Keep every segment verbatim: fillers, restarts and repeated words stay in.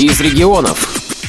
из регионов.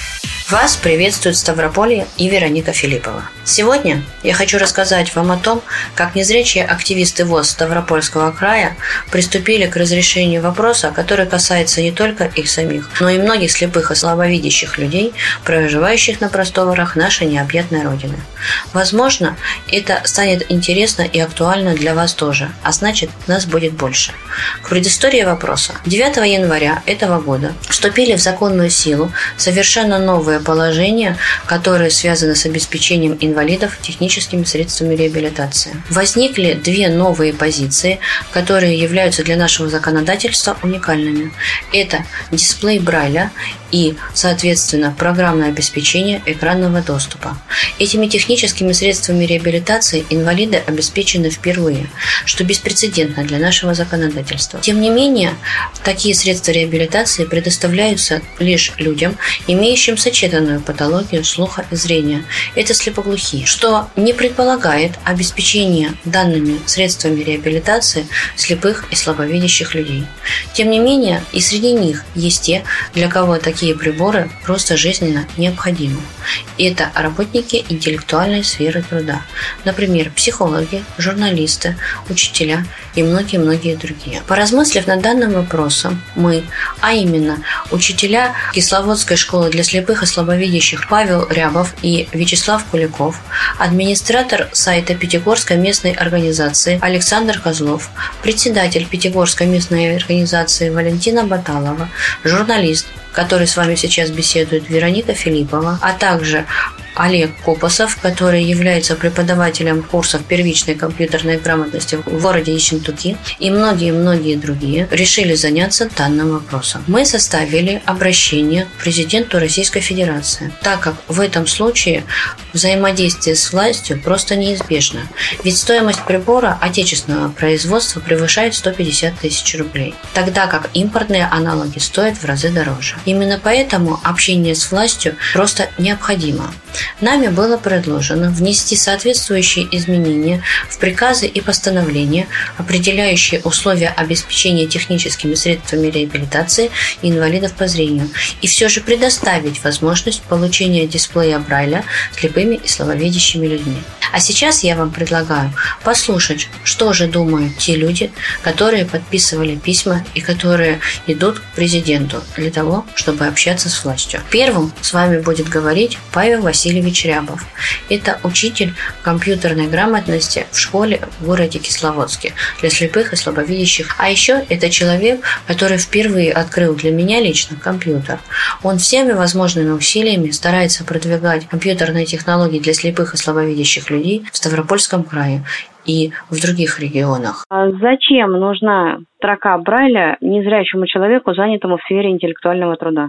Вас приветствует Ставрополье и Вероника Филиппова. Сегодня я хочу рассказать вам о том, как незрячие активисты ВОС Ставропольского края приступили к разрешению вопроса, который касается не только их самих, но и многих слепых и слабовидящих людей, проживающих на просторах нашей необъятной Родины. Возможно, это станет интересно и актуально для вас тоже, а значит, нас будет больше. К предыстории вопроса. девятого января этого года вступили в законную силу совершенно новые положения, которые связаны с обеспечением инвалидов техническими средствами реабилитации. Возникли две новые позиции, которые являются для нашего законодательства уникальными. Это дисплей Брайля и, соответственно, программное обеспечение экранного доступа. Этими техническими средствами реабилитации инвалиды обеспечены впервые, что беспрецедентно для нашего законодательства. Тем не менее, такие средства реабилитации предоставляются лишь людям, имеющим сочетанную патологию слуха и зрения. Это слепоглухие, что не предполагает обеспечение данными средствами реабилитации слепых и слабовидящих людей. Тем не менее, и среди них есть те, для кого такие приборы просто жизненно необходимы. Это работники интеллектуальной сферы труда, например, психологи, журналисты, учителя и многие-многие другие. Поразмыслив над данным вопросом, мы, а именно учителя Кисловодской школы для слепых и слабовидящих Павел Рябов и Вячеслав Куликов, администратор сайта Пятигорской местной организации Александр Козлов, председатель Пятигорской местной организации Валентина Баталова, журналист, который с вами сейчас беседует, Вероника Филиппова, а также Олег Копосов, который является преподавателем курсов первичной компьютерной грамотности в городе Ессентуки, и многие-многие другие решили заняться данным вопросом. Мы составили обращение к президенту Российской Федерации, так как в этом случае взаимодействие с властью просто неизбежно, ведь стоимость прибора отечественного производства превышает сто пятьдесят тысяч рублей, тогда как импортные аналоги стоят в разы дороже. Именно поэтому общение с властью просто необходимо. Нами было предложено внести соответствующие изменения в приказы и постановления, определяющие условия обеспечения техническими средствами реабилитации инвалидов по зрению, и все же предоставить возможность получения дисплея Брайля слепыми и слабовидящими людьми. А сейчас я вам предлагаю послушать, что же думают те люди, которые подписывали письма и которые идут к президенту для того, чтобы общаться с властью. Первым с вами будет говорить Павел Васильевич Рябов. Это учитель компьютерной грамотности в школе в городе Кисловодске для слепых и слабовидящих. А еще это человек, который впервые открыл для меня лично компьютер. Он всеми возможными усилиями старается продвигать компьютерные технологии для слепых и слабовидящих людей в Ставропольском крае и в других регионах. А зачем нужна строка Брайля незрячему человеку, занятому в сфере интеллектуального труда?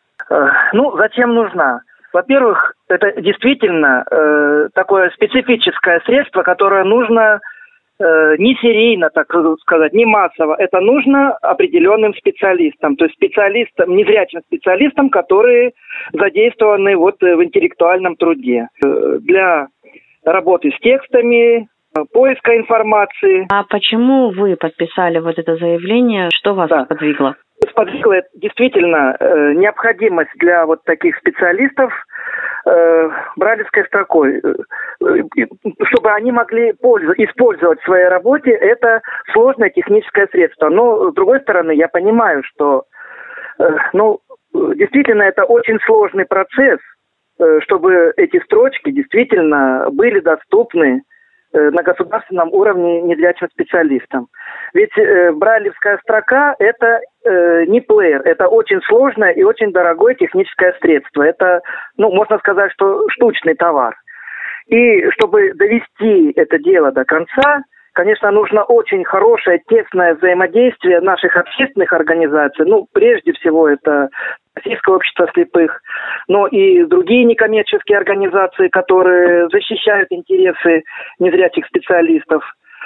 Ну, зачем нужна? Во-первых, это действительно э, такое специфическое средство, которое нужно э, не серийно, так сказать, не массово. Это нужно определенным специалистам, то есть специалистам, незрячим специалистам, которые задействованы вот в интеллектуальном труде. Э, для работы с текстами, поиска информации. А почему вы подписали вот это заявление? Что вас да. сподвигло? Сподвигла действительно э, необходимость для вот таких специалистов э, брайлевской строкой, э, э, чтобы они могли пользу, использовать в своей работе это сложное техническое средство. Но, с другой стороны, я понимаю, что э, ну, действительно это очень сложный процесс, э, чтобы эти строчки действительно были доступны на государственном уровне незрячим специалистам. Ведь э, брайлевская строка – это э, не плеер, это очень сложное и очень дорогое техническое средство. Это, ну, можно сказать, что штучный товар. И чтобы довести это дело до конца, конечно, нужно очень хорошее, тесное взаимодействие наших общественных организаций. Ну, прежде всего, это Российское общество слепых, но и другие некоммерческие организации, которые защищают интересы незрячих специалистов.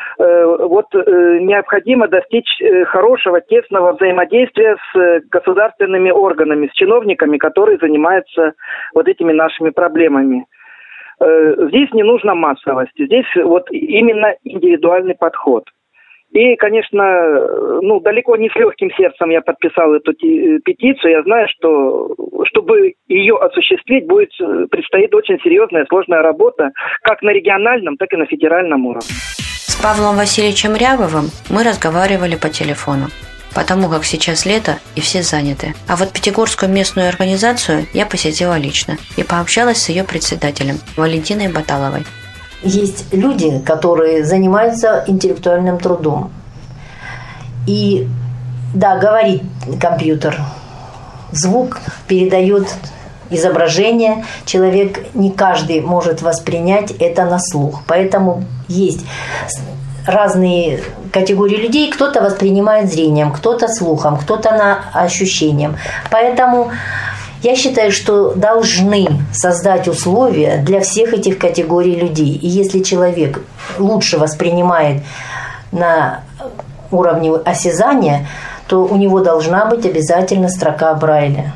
Вот необходимо достичь хорошего, тесного взаимодействия с государственными органами, с чиновниками, которые занимаются вот этими нашими проблемами. Здесь не нужна массовость, здесь вот именно индивидуальный подход. И, конечно, ну, далеко не с легким сердцем я подписал эту петицию. Я знаю, что чтобы ее осуществить, будет предстоит очень серьезная, сложная работа, как на региональном, так и на федеральном уровне. С Павлом Васильевичем Рябовым мы разговаривали по телефону, потому как сейчас лето и все заняты. А вот Пятигорскую местную организацию я посетила лично и пообщалась с ее председателем Валентиной Баталовой. Есть люди, которые занимаются интеллектуальным трудом. И да, говорит компьютер, звук передает изображение, человек не каждый может воспринять это на слух. Поэтому есть разные категории людей. Кто-то воспринимает зрением, кто-то слухом, кто-то на ощущением. Поэтому я считаю, что должны создать условия для всех этих категорий людей. И если человек лучше воспринимает на уровне осязания, то у него должна быть обязательно строка Брайля.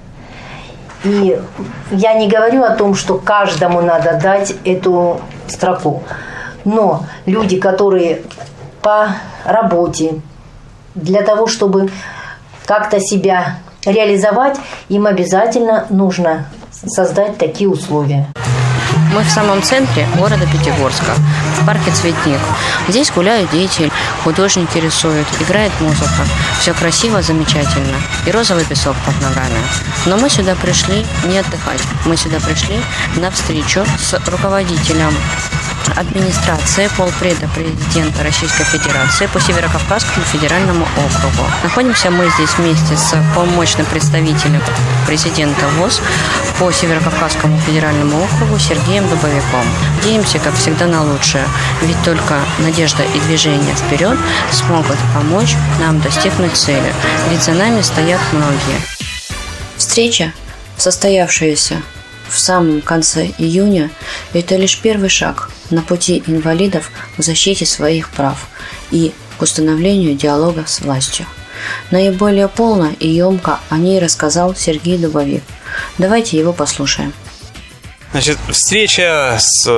И я не говорю о том, что каждому надо дать эту строку. Но люди, которые по работе, для того, чтобы как-то себя реализовать, им обязательно нужно создать такие условия. Мы в самом центре города Пятигорска, в парке «Цветник». Здесь гуляют дети, художники рисуют, играет музыка. Все красиво, замечательно. И розовый песок под ногами. Но мы сюда пришли не отдыхать. Мы сюда пришли на встречу с руководителем администрации полпреда президента Российской Федерации по Северокавказскому федеральному округу. Находимся мы здесь вместе с полномочным представителем президента ВОС по Северокавказскому федеральному округу Сергеем Дубовиком. Надеемся, как всегда, на лучшее, ведь только надежда и движение вперед смогут помочь нам достигнуть цели, ведь за нами стоят многие. Встреча, состоявшаяся в самом конце июня, это лишь первый шаг на пути инвалидов к защите своих прав и к установлению диалога с властью. Наиболее полно и емко о ней рассказал Сергей Дубовик. Давайте его послушаем. Значит, встреча с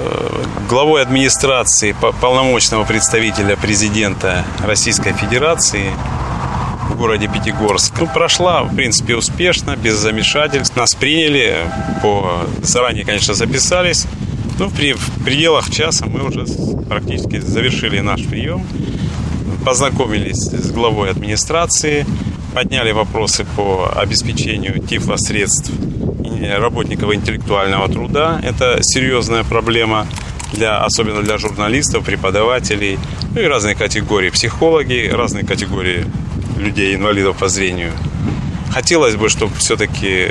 главой администрации, полномочного представителя президента Российской Федерации в городе Пятигорск ну, прошла, в принципе, успешно, без замешательств. Нас приняли, по... заранее, конечно, записались. Ну, при... в пределах часа мы уже практически завершили наш прием. Познакомились с главой администрации, подняли вопросы по обеспечению тифлосредств работников интеллектуального труда. Это серьезная проблема, для, особенно для журналистов, преподавателей, ну и разные категории, психологи, разные категории людей, инвалидов по зрению. Хотелось бы, чтобы все-таки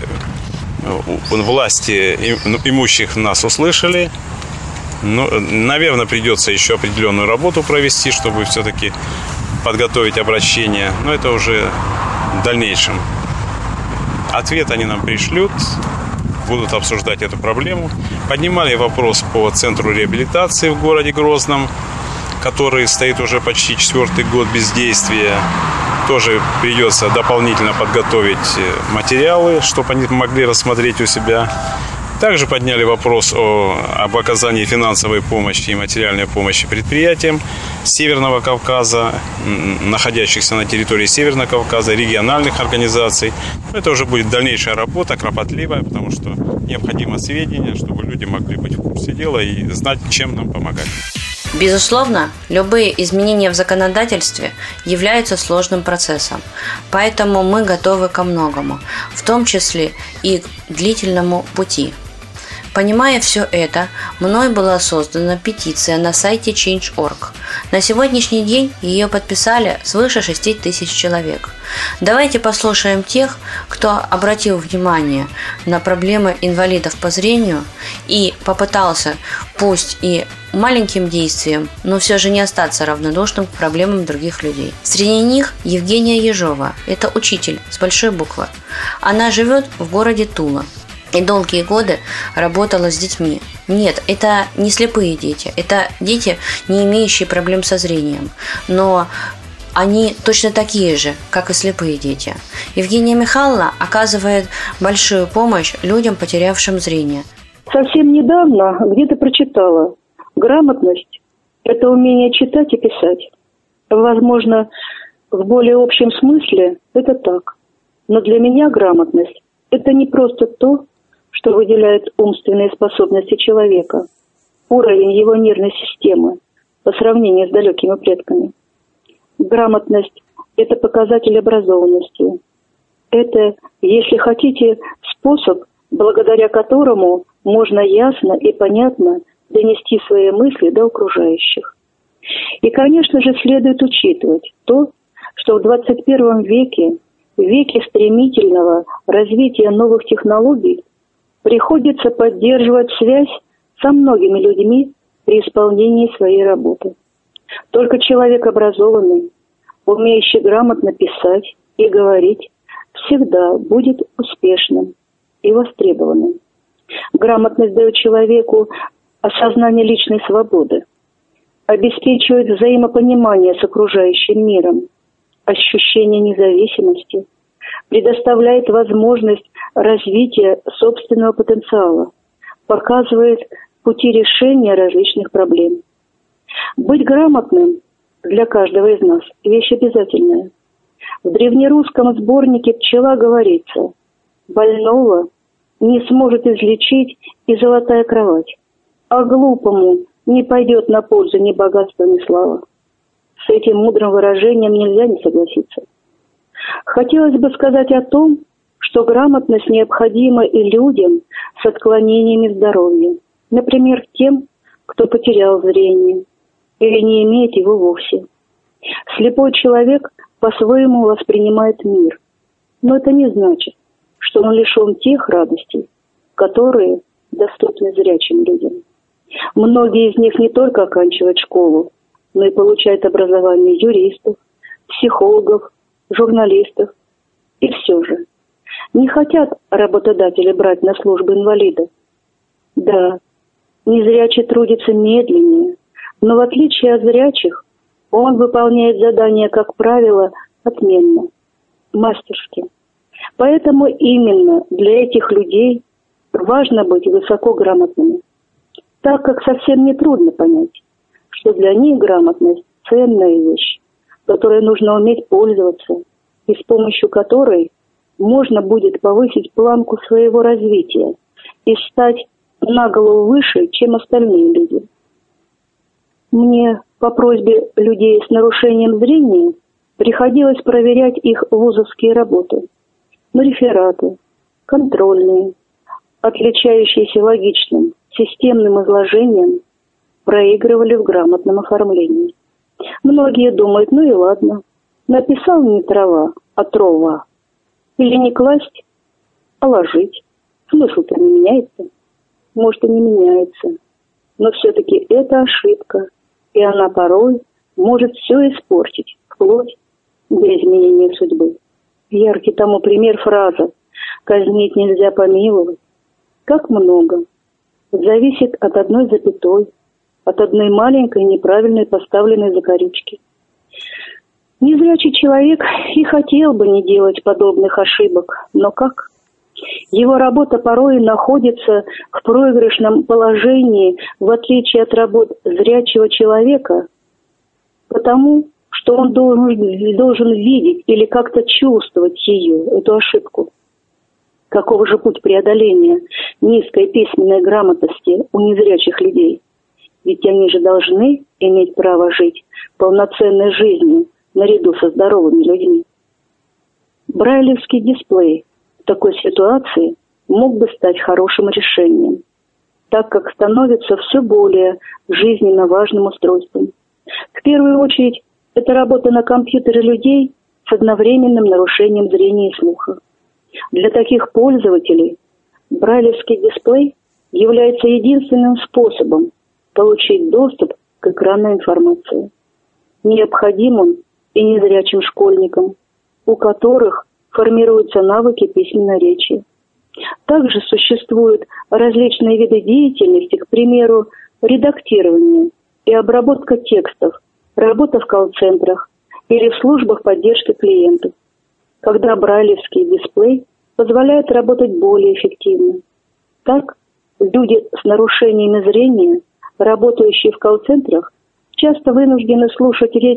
власти имущих нас услышали. Ну, наверное, придется еще определенную работу провести, чтобы все-таки подготовить обращение. Но это уже в дальнейшем. Ответ они нам пришлют, будут обсуждать эту проблему. Поднимали вопрос по центру реабилитации в городе Грозном, который стоит уже почти четвертый год бездействия. Тоже придется дополнительно подготовить материалы, чтобы они могли рассмотреть у себя. Также подняли вопрос о, об оказании финансовой помощи и материальной помощи предприятиям Северного Кавказа, находящихся на территории Северного Кавказа, региональных организаций. Это уже будет дальнейшая работа, кропотливая, потому что необходимо сведения, чтобы люди могли быть в курсе дела и знать, чем нам помогать. Безусловно, любые изменения в законодательстве являются сложным процессом, поэтому мы готовы ко многому, в том числе и к длительному пути. Понимая все это, мной была создана петиция на сайте чейндж точка орг. На сегодняшний день ее подписали свыше шести тысяч человек. Давайте послушаем тех, кто обратил внимание на проблемы инвалидов по зрению и попытался, пусть и маленьким действием, но все же не остаться равнодушным к проблемам других людей. Среди них Евгения Ежова, это учитель с большой буквы. Она живет в городе Тула и долгие годы работала с детьми. Нет, это не слепые дети, это дети, не имеющие проблем со зрением, но они точно такие же, как и слепые дети. Евгения Михайловна оказывает большую помощь людям, потерявшим зрение. Совсем недавно где-то прочитала: грамотность – это умение читать и писать. Возможно, в более общем смысле это так. Но для меня грамотность – это не просто то, что выделяет умственные способности человека, уровень его нервной системы по сравнению с далекими предками. Грамотность – это показатель образованности. Это, если хотите, способ, благодаря которому можно ясно и понятно донести свои мысли до окружающих. И, конечно же, следует учитывать то, что в двадцать первом веке, в веке стремительного развития новых технологий, приходится поддерживать связь со многими людьми при исполнении своей работы. Только человек образованный, умеющий грамотно писать и говорить, всегда будет успешным и востребованным. Грамотность дает человеку осознание личной свободы, обеспечивает взаимопонимание с окружающим миром, ощущение независимости, предоставляет возможность развития собственного потенциала, показывает пути решения различных проблем. Быть грамотным для каждого из нас – вещь обязательная. В древнерусском сборнике «Пчела» говорится: «Больного не сможет излечить и золотая кровать, а глупому не пойдет на пользу ни богатство, ни слава». С этим мудрым выражением нельзя не согласиться. Хотелось бы сказать о том, что грамотность необходима и людям с отклонениями здоровья. Например, тем, кто потерял зрение или не имеет его вовсе. Слепой человек по-своему воспринимает мир, но это не значит, что он лишен тех радостей, которые доступны зрячим людям. Многие из них не только оканчивают школу, но и получают образование юристов, психологов, журналистов. И все же не хотят работодатели брать на службу инвалидов. Да, незрячий трудится медленнее, но в отличие от зрячих, он выполняет задания, как правило, отменно, мастерски. Поэтому именно для этих людей важно быть высокограмотными, так как совсем нетрудно понять, что для них грамотность – ценная вещь, которой нужно уметь пользоваться, и с помощью которой можно будет повысить планку своего развития и стать на голову выше, чем остальные люди. Мне по просьбе людей с нарушением зрения приходилось проверять их вузовские работы, ну, рефераты, контрольные, отличающиеся логичным, системным изложением, проигрывали в грамотном оформлении. Многие думают: ну и ладно, написал не трава, а трова. Или не класть, а ложить. Смысл-то не меняется. Может, и не меняется. Но все-таки это ошибка, и она порой может все испортить, вплоть до изменения судьбы. Яркий тому пример фраза «казнить нельзя помиловать». Как много зависит от одной запятой, от одной маленькой неправильной поставленной закорючки. Незрячий человек и хотел бы не делать подобных ошибок, но как? Его работа порой находится в проигрышном положении, в отличие от работ зрячего человека, потому что он должен, должен видеть или как-то чувствовать ее, эту ошибку. Каков же путь преодоления низкой письменной грамотности у незрячих людей? Ведь они же должны иметь право жить полноценной жизнью наряду со здоровыми людьми. Брайлевский дисплей в такой ситуации мог бы стать хорошим решением, так как становится все более жизненно важным устройством. В первую очередь, это работа на компьютере людей с одновременным нарушением зрения и слуха. Для таких пользователей брайлевский дисплей является единственным способом получить доступ к экранной информации. Необходим он и незрячим школьникам, у которых формируются навыки письменной речи. Также существуют различные виды деятельности, к примеру, редактирование и обработка текстов, работа в колл-центрах или в службах поддержки клиентов, когда брайлевский дисплей позволяет работать более эффективно. Так, люди с нарушениями зрения, работающие в колл-центрах, часто вынуждены слушать речь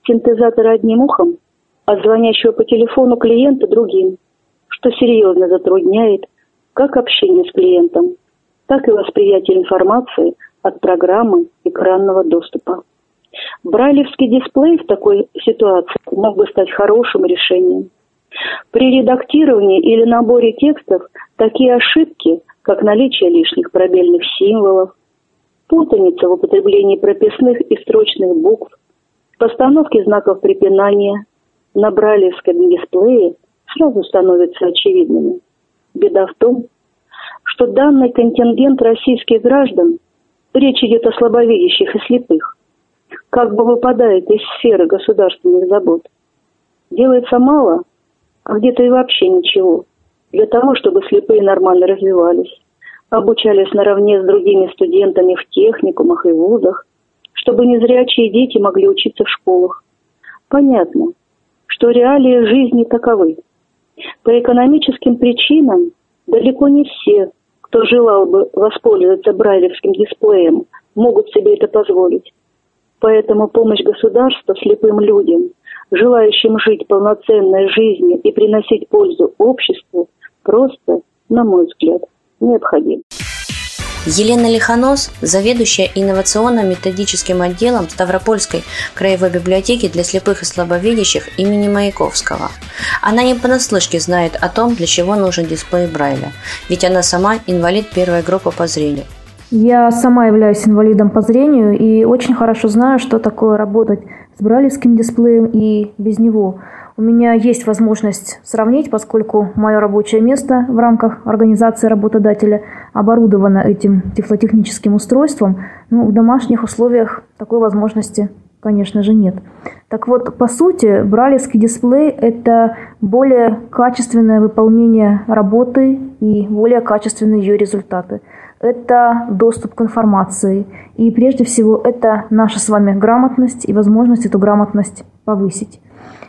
синтезатора одним ухом, а звонящего по телефону клиента другим, что серьезно затрудняет как общение с клиентом, так и восприятие информации от программы экранного доступа. Брайлевский дисплей в такой ситуации мог бы стать хорошим решением. При редактировании или наборе текстов такие ошибки, как наличие лишних пробельных символов, путаница в употреблении прописных и строчных букв, постановки знаков препинания на брайлевском дисплее сразу становятся очевидными. Беда в том, что данный контингент российских граждан, речь идет о слабовидящих и слепых, как бы выпадает из сферы государственных забот. Делается мало, а где-то и вообще ничего, для того, чтобы слепые нормально развивались, обучались наравне с другими студентами в техникумах и вузах, чтобы незрячие дети могли учиться в школах. Понятно, что реалии жизни таковы. По экономическим причинам далеко не все, кто желал бы воспользоваться брайлевским дисплеем, могут себе это позволить. Поэтому помощь государства слепым людям, желающим жить полноценной жизнью и приносить пользу обществу, просто, на мой взгляд, необходима. Елена Лихонос, заведующая инновационно-методическим отделом Ставропольской краевой библиотеки для слепых и слабовидящих имени Маяковского. Она не понаслышке знает о том, для чего нужен дисплей Брайля, ведь она сама инвалид первой группы по зрению. Я сама являюсь инвалидом по зрению и очень хорошо знаю, что такое работать с брайлевским дисплеем и без него. У меня есть возможность сравнить, поскольку мое рабочее место в рамках организации работодателя оборудовано этим тифлотехническим устройством. Но в домашних условиях такой возможности, конечно же, нет. Так вот, по сути, брайлевский дисплей – это более качественное выполнение работы и более качественные ее результаты. Это доступ к информации. И прежде всего, это наша с вами грамотность и возможность эту грамотность повысить.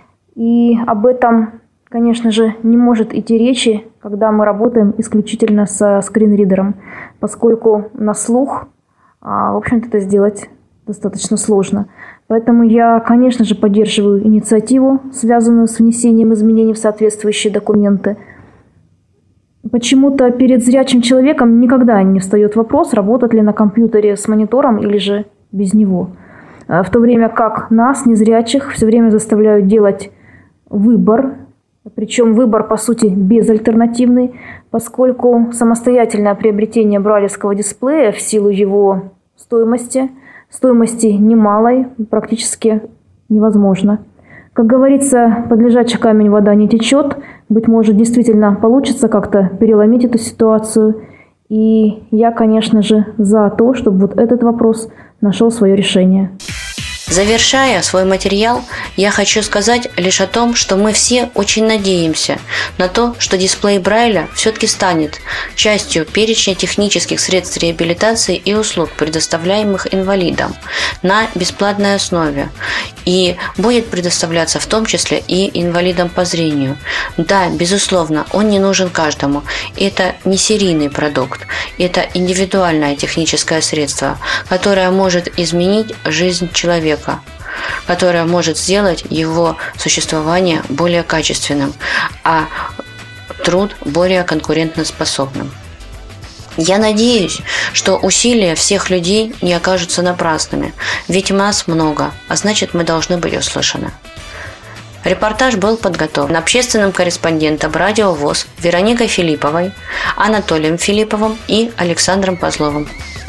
И об этом, конечно же, не может идти речи, когда мы работаем исключительно со скринридером, поскольку на слух, в общем-то, это сделать достаточно сложно. Поэтому я, конечно же, поддерживаю инициативу, связанную с внесением изменений в соответствующие документы. Почему-то перед зрячим человеком никогда не встает вопрос, работать ли на компьютере с монитором или же без него. В то время как нас, незрячих, все время заставляют делать выбор, причем выбор, по сути, безальтернативный, поскольку самостоятельное приобретение брайлевского дисплея в силу его стоимости, стоимости немалой, практически невозможно. Как говорится, под лежачий камень вода не течет. Быть может, действительно получится как-то переломить эту ситуацию. И я, конечно же, за то, чтобы вот этот вопрос нашел свое решение. Завершая свой материал, я хочу сказать лишь о том, что мы все очень надеемся на то, что дисплей Брайля все-таки станет частью перечня технических средств реабилитации и услуг, предоставляемых инвалидам на бесплатной основе, и будет предоставляться в том числе и инвалидам по зрению. Да, безусловно, он не нужен каждому. Это не серийный продукт, это индивидуальное техническое средство, которое может изменить жизнь человека, которая может сделать его существование более качественным, а труд более конкурентоспособным. Я надеюсь, что усилия всех людей не окажутся напрасными, ведь нас много, а значит, мы должны быть услышаны. Репортаж был подготовлен общественным корреспондентом Радио ВОС Вероникой Филипповой, Анатолием Филипповым и Александром Козловым.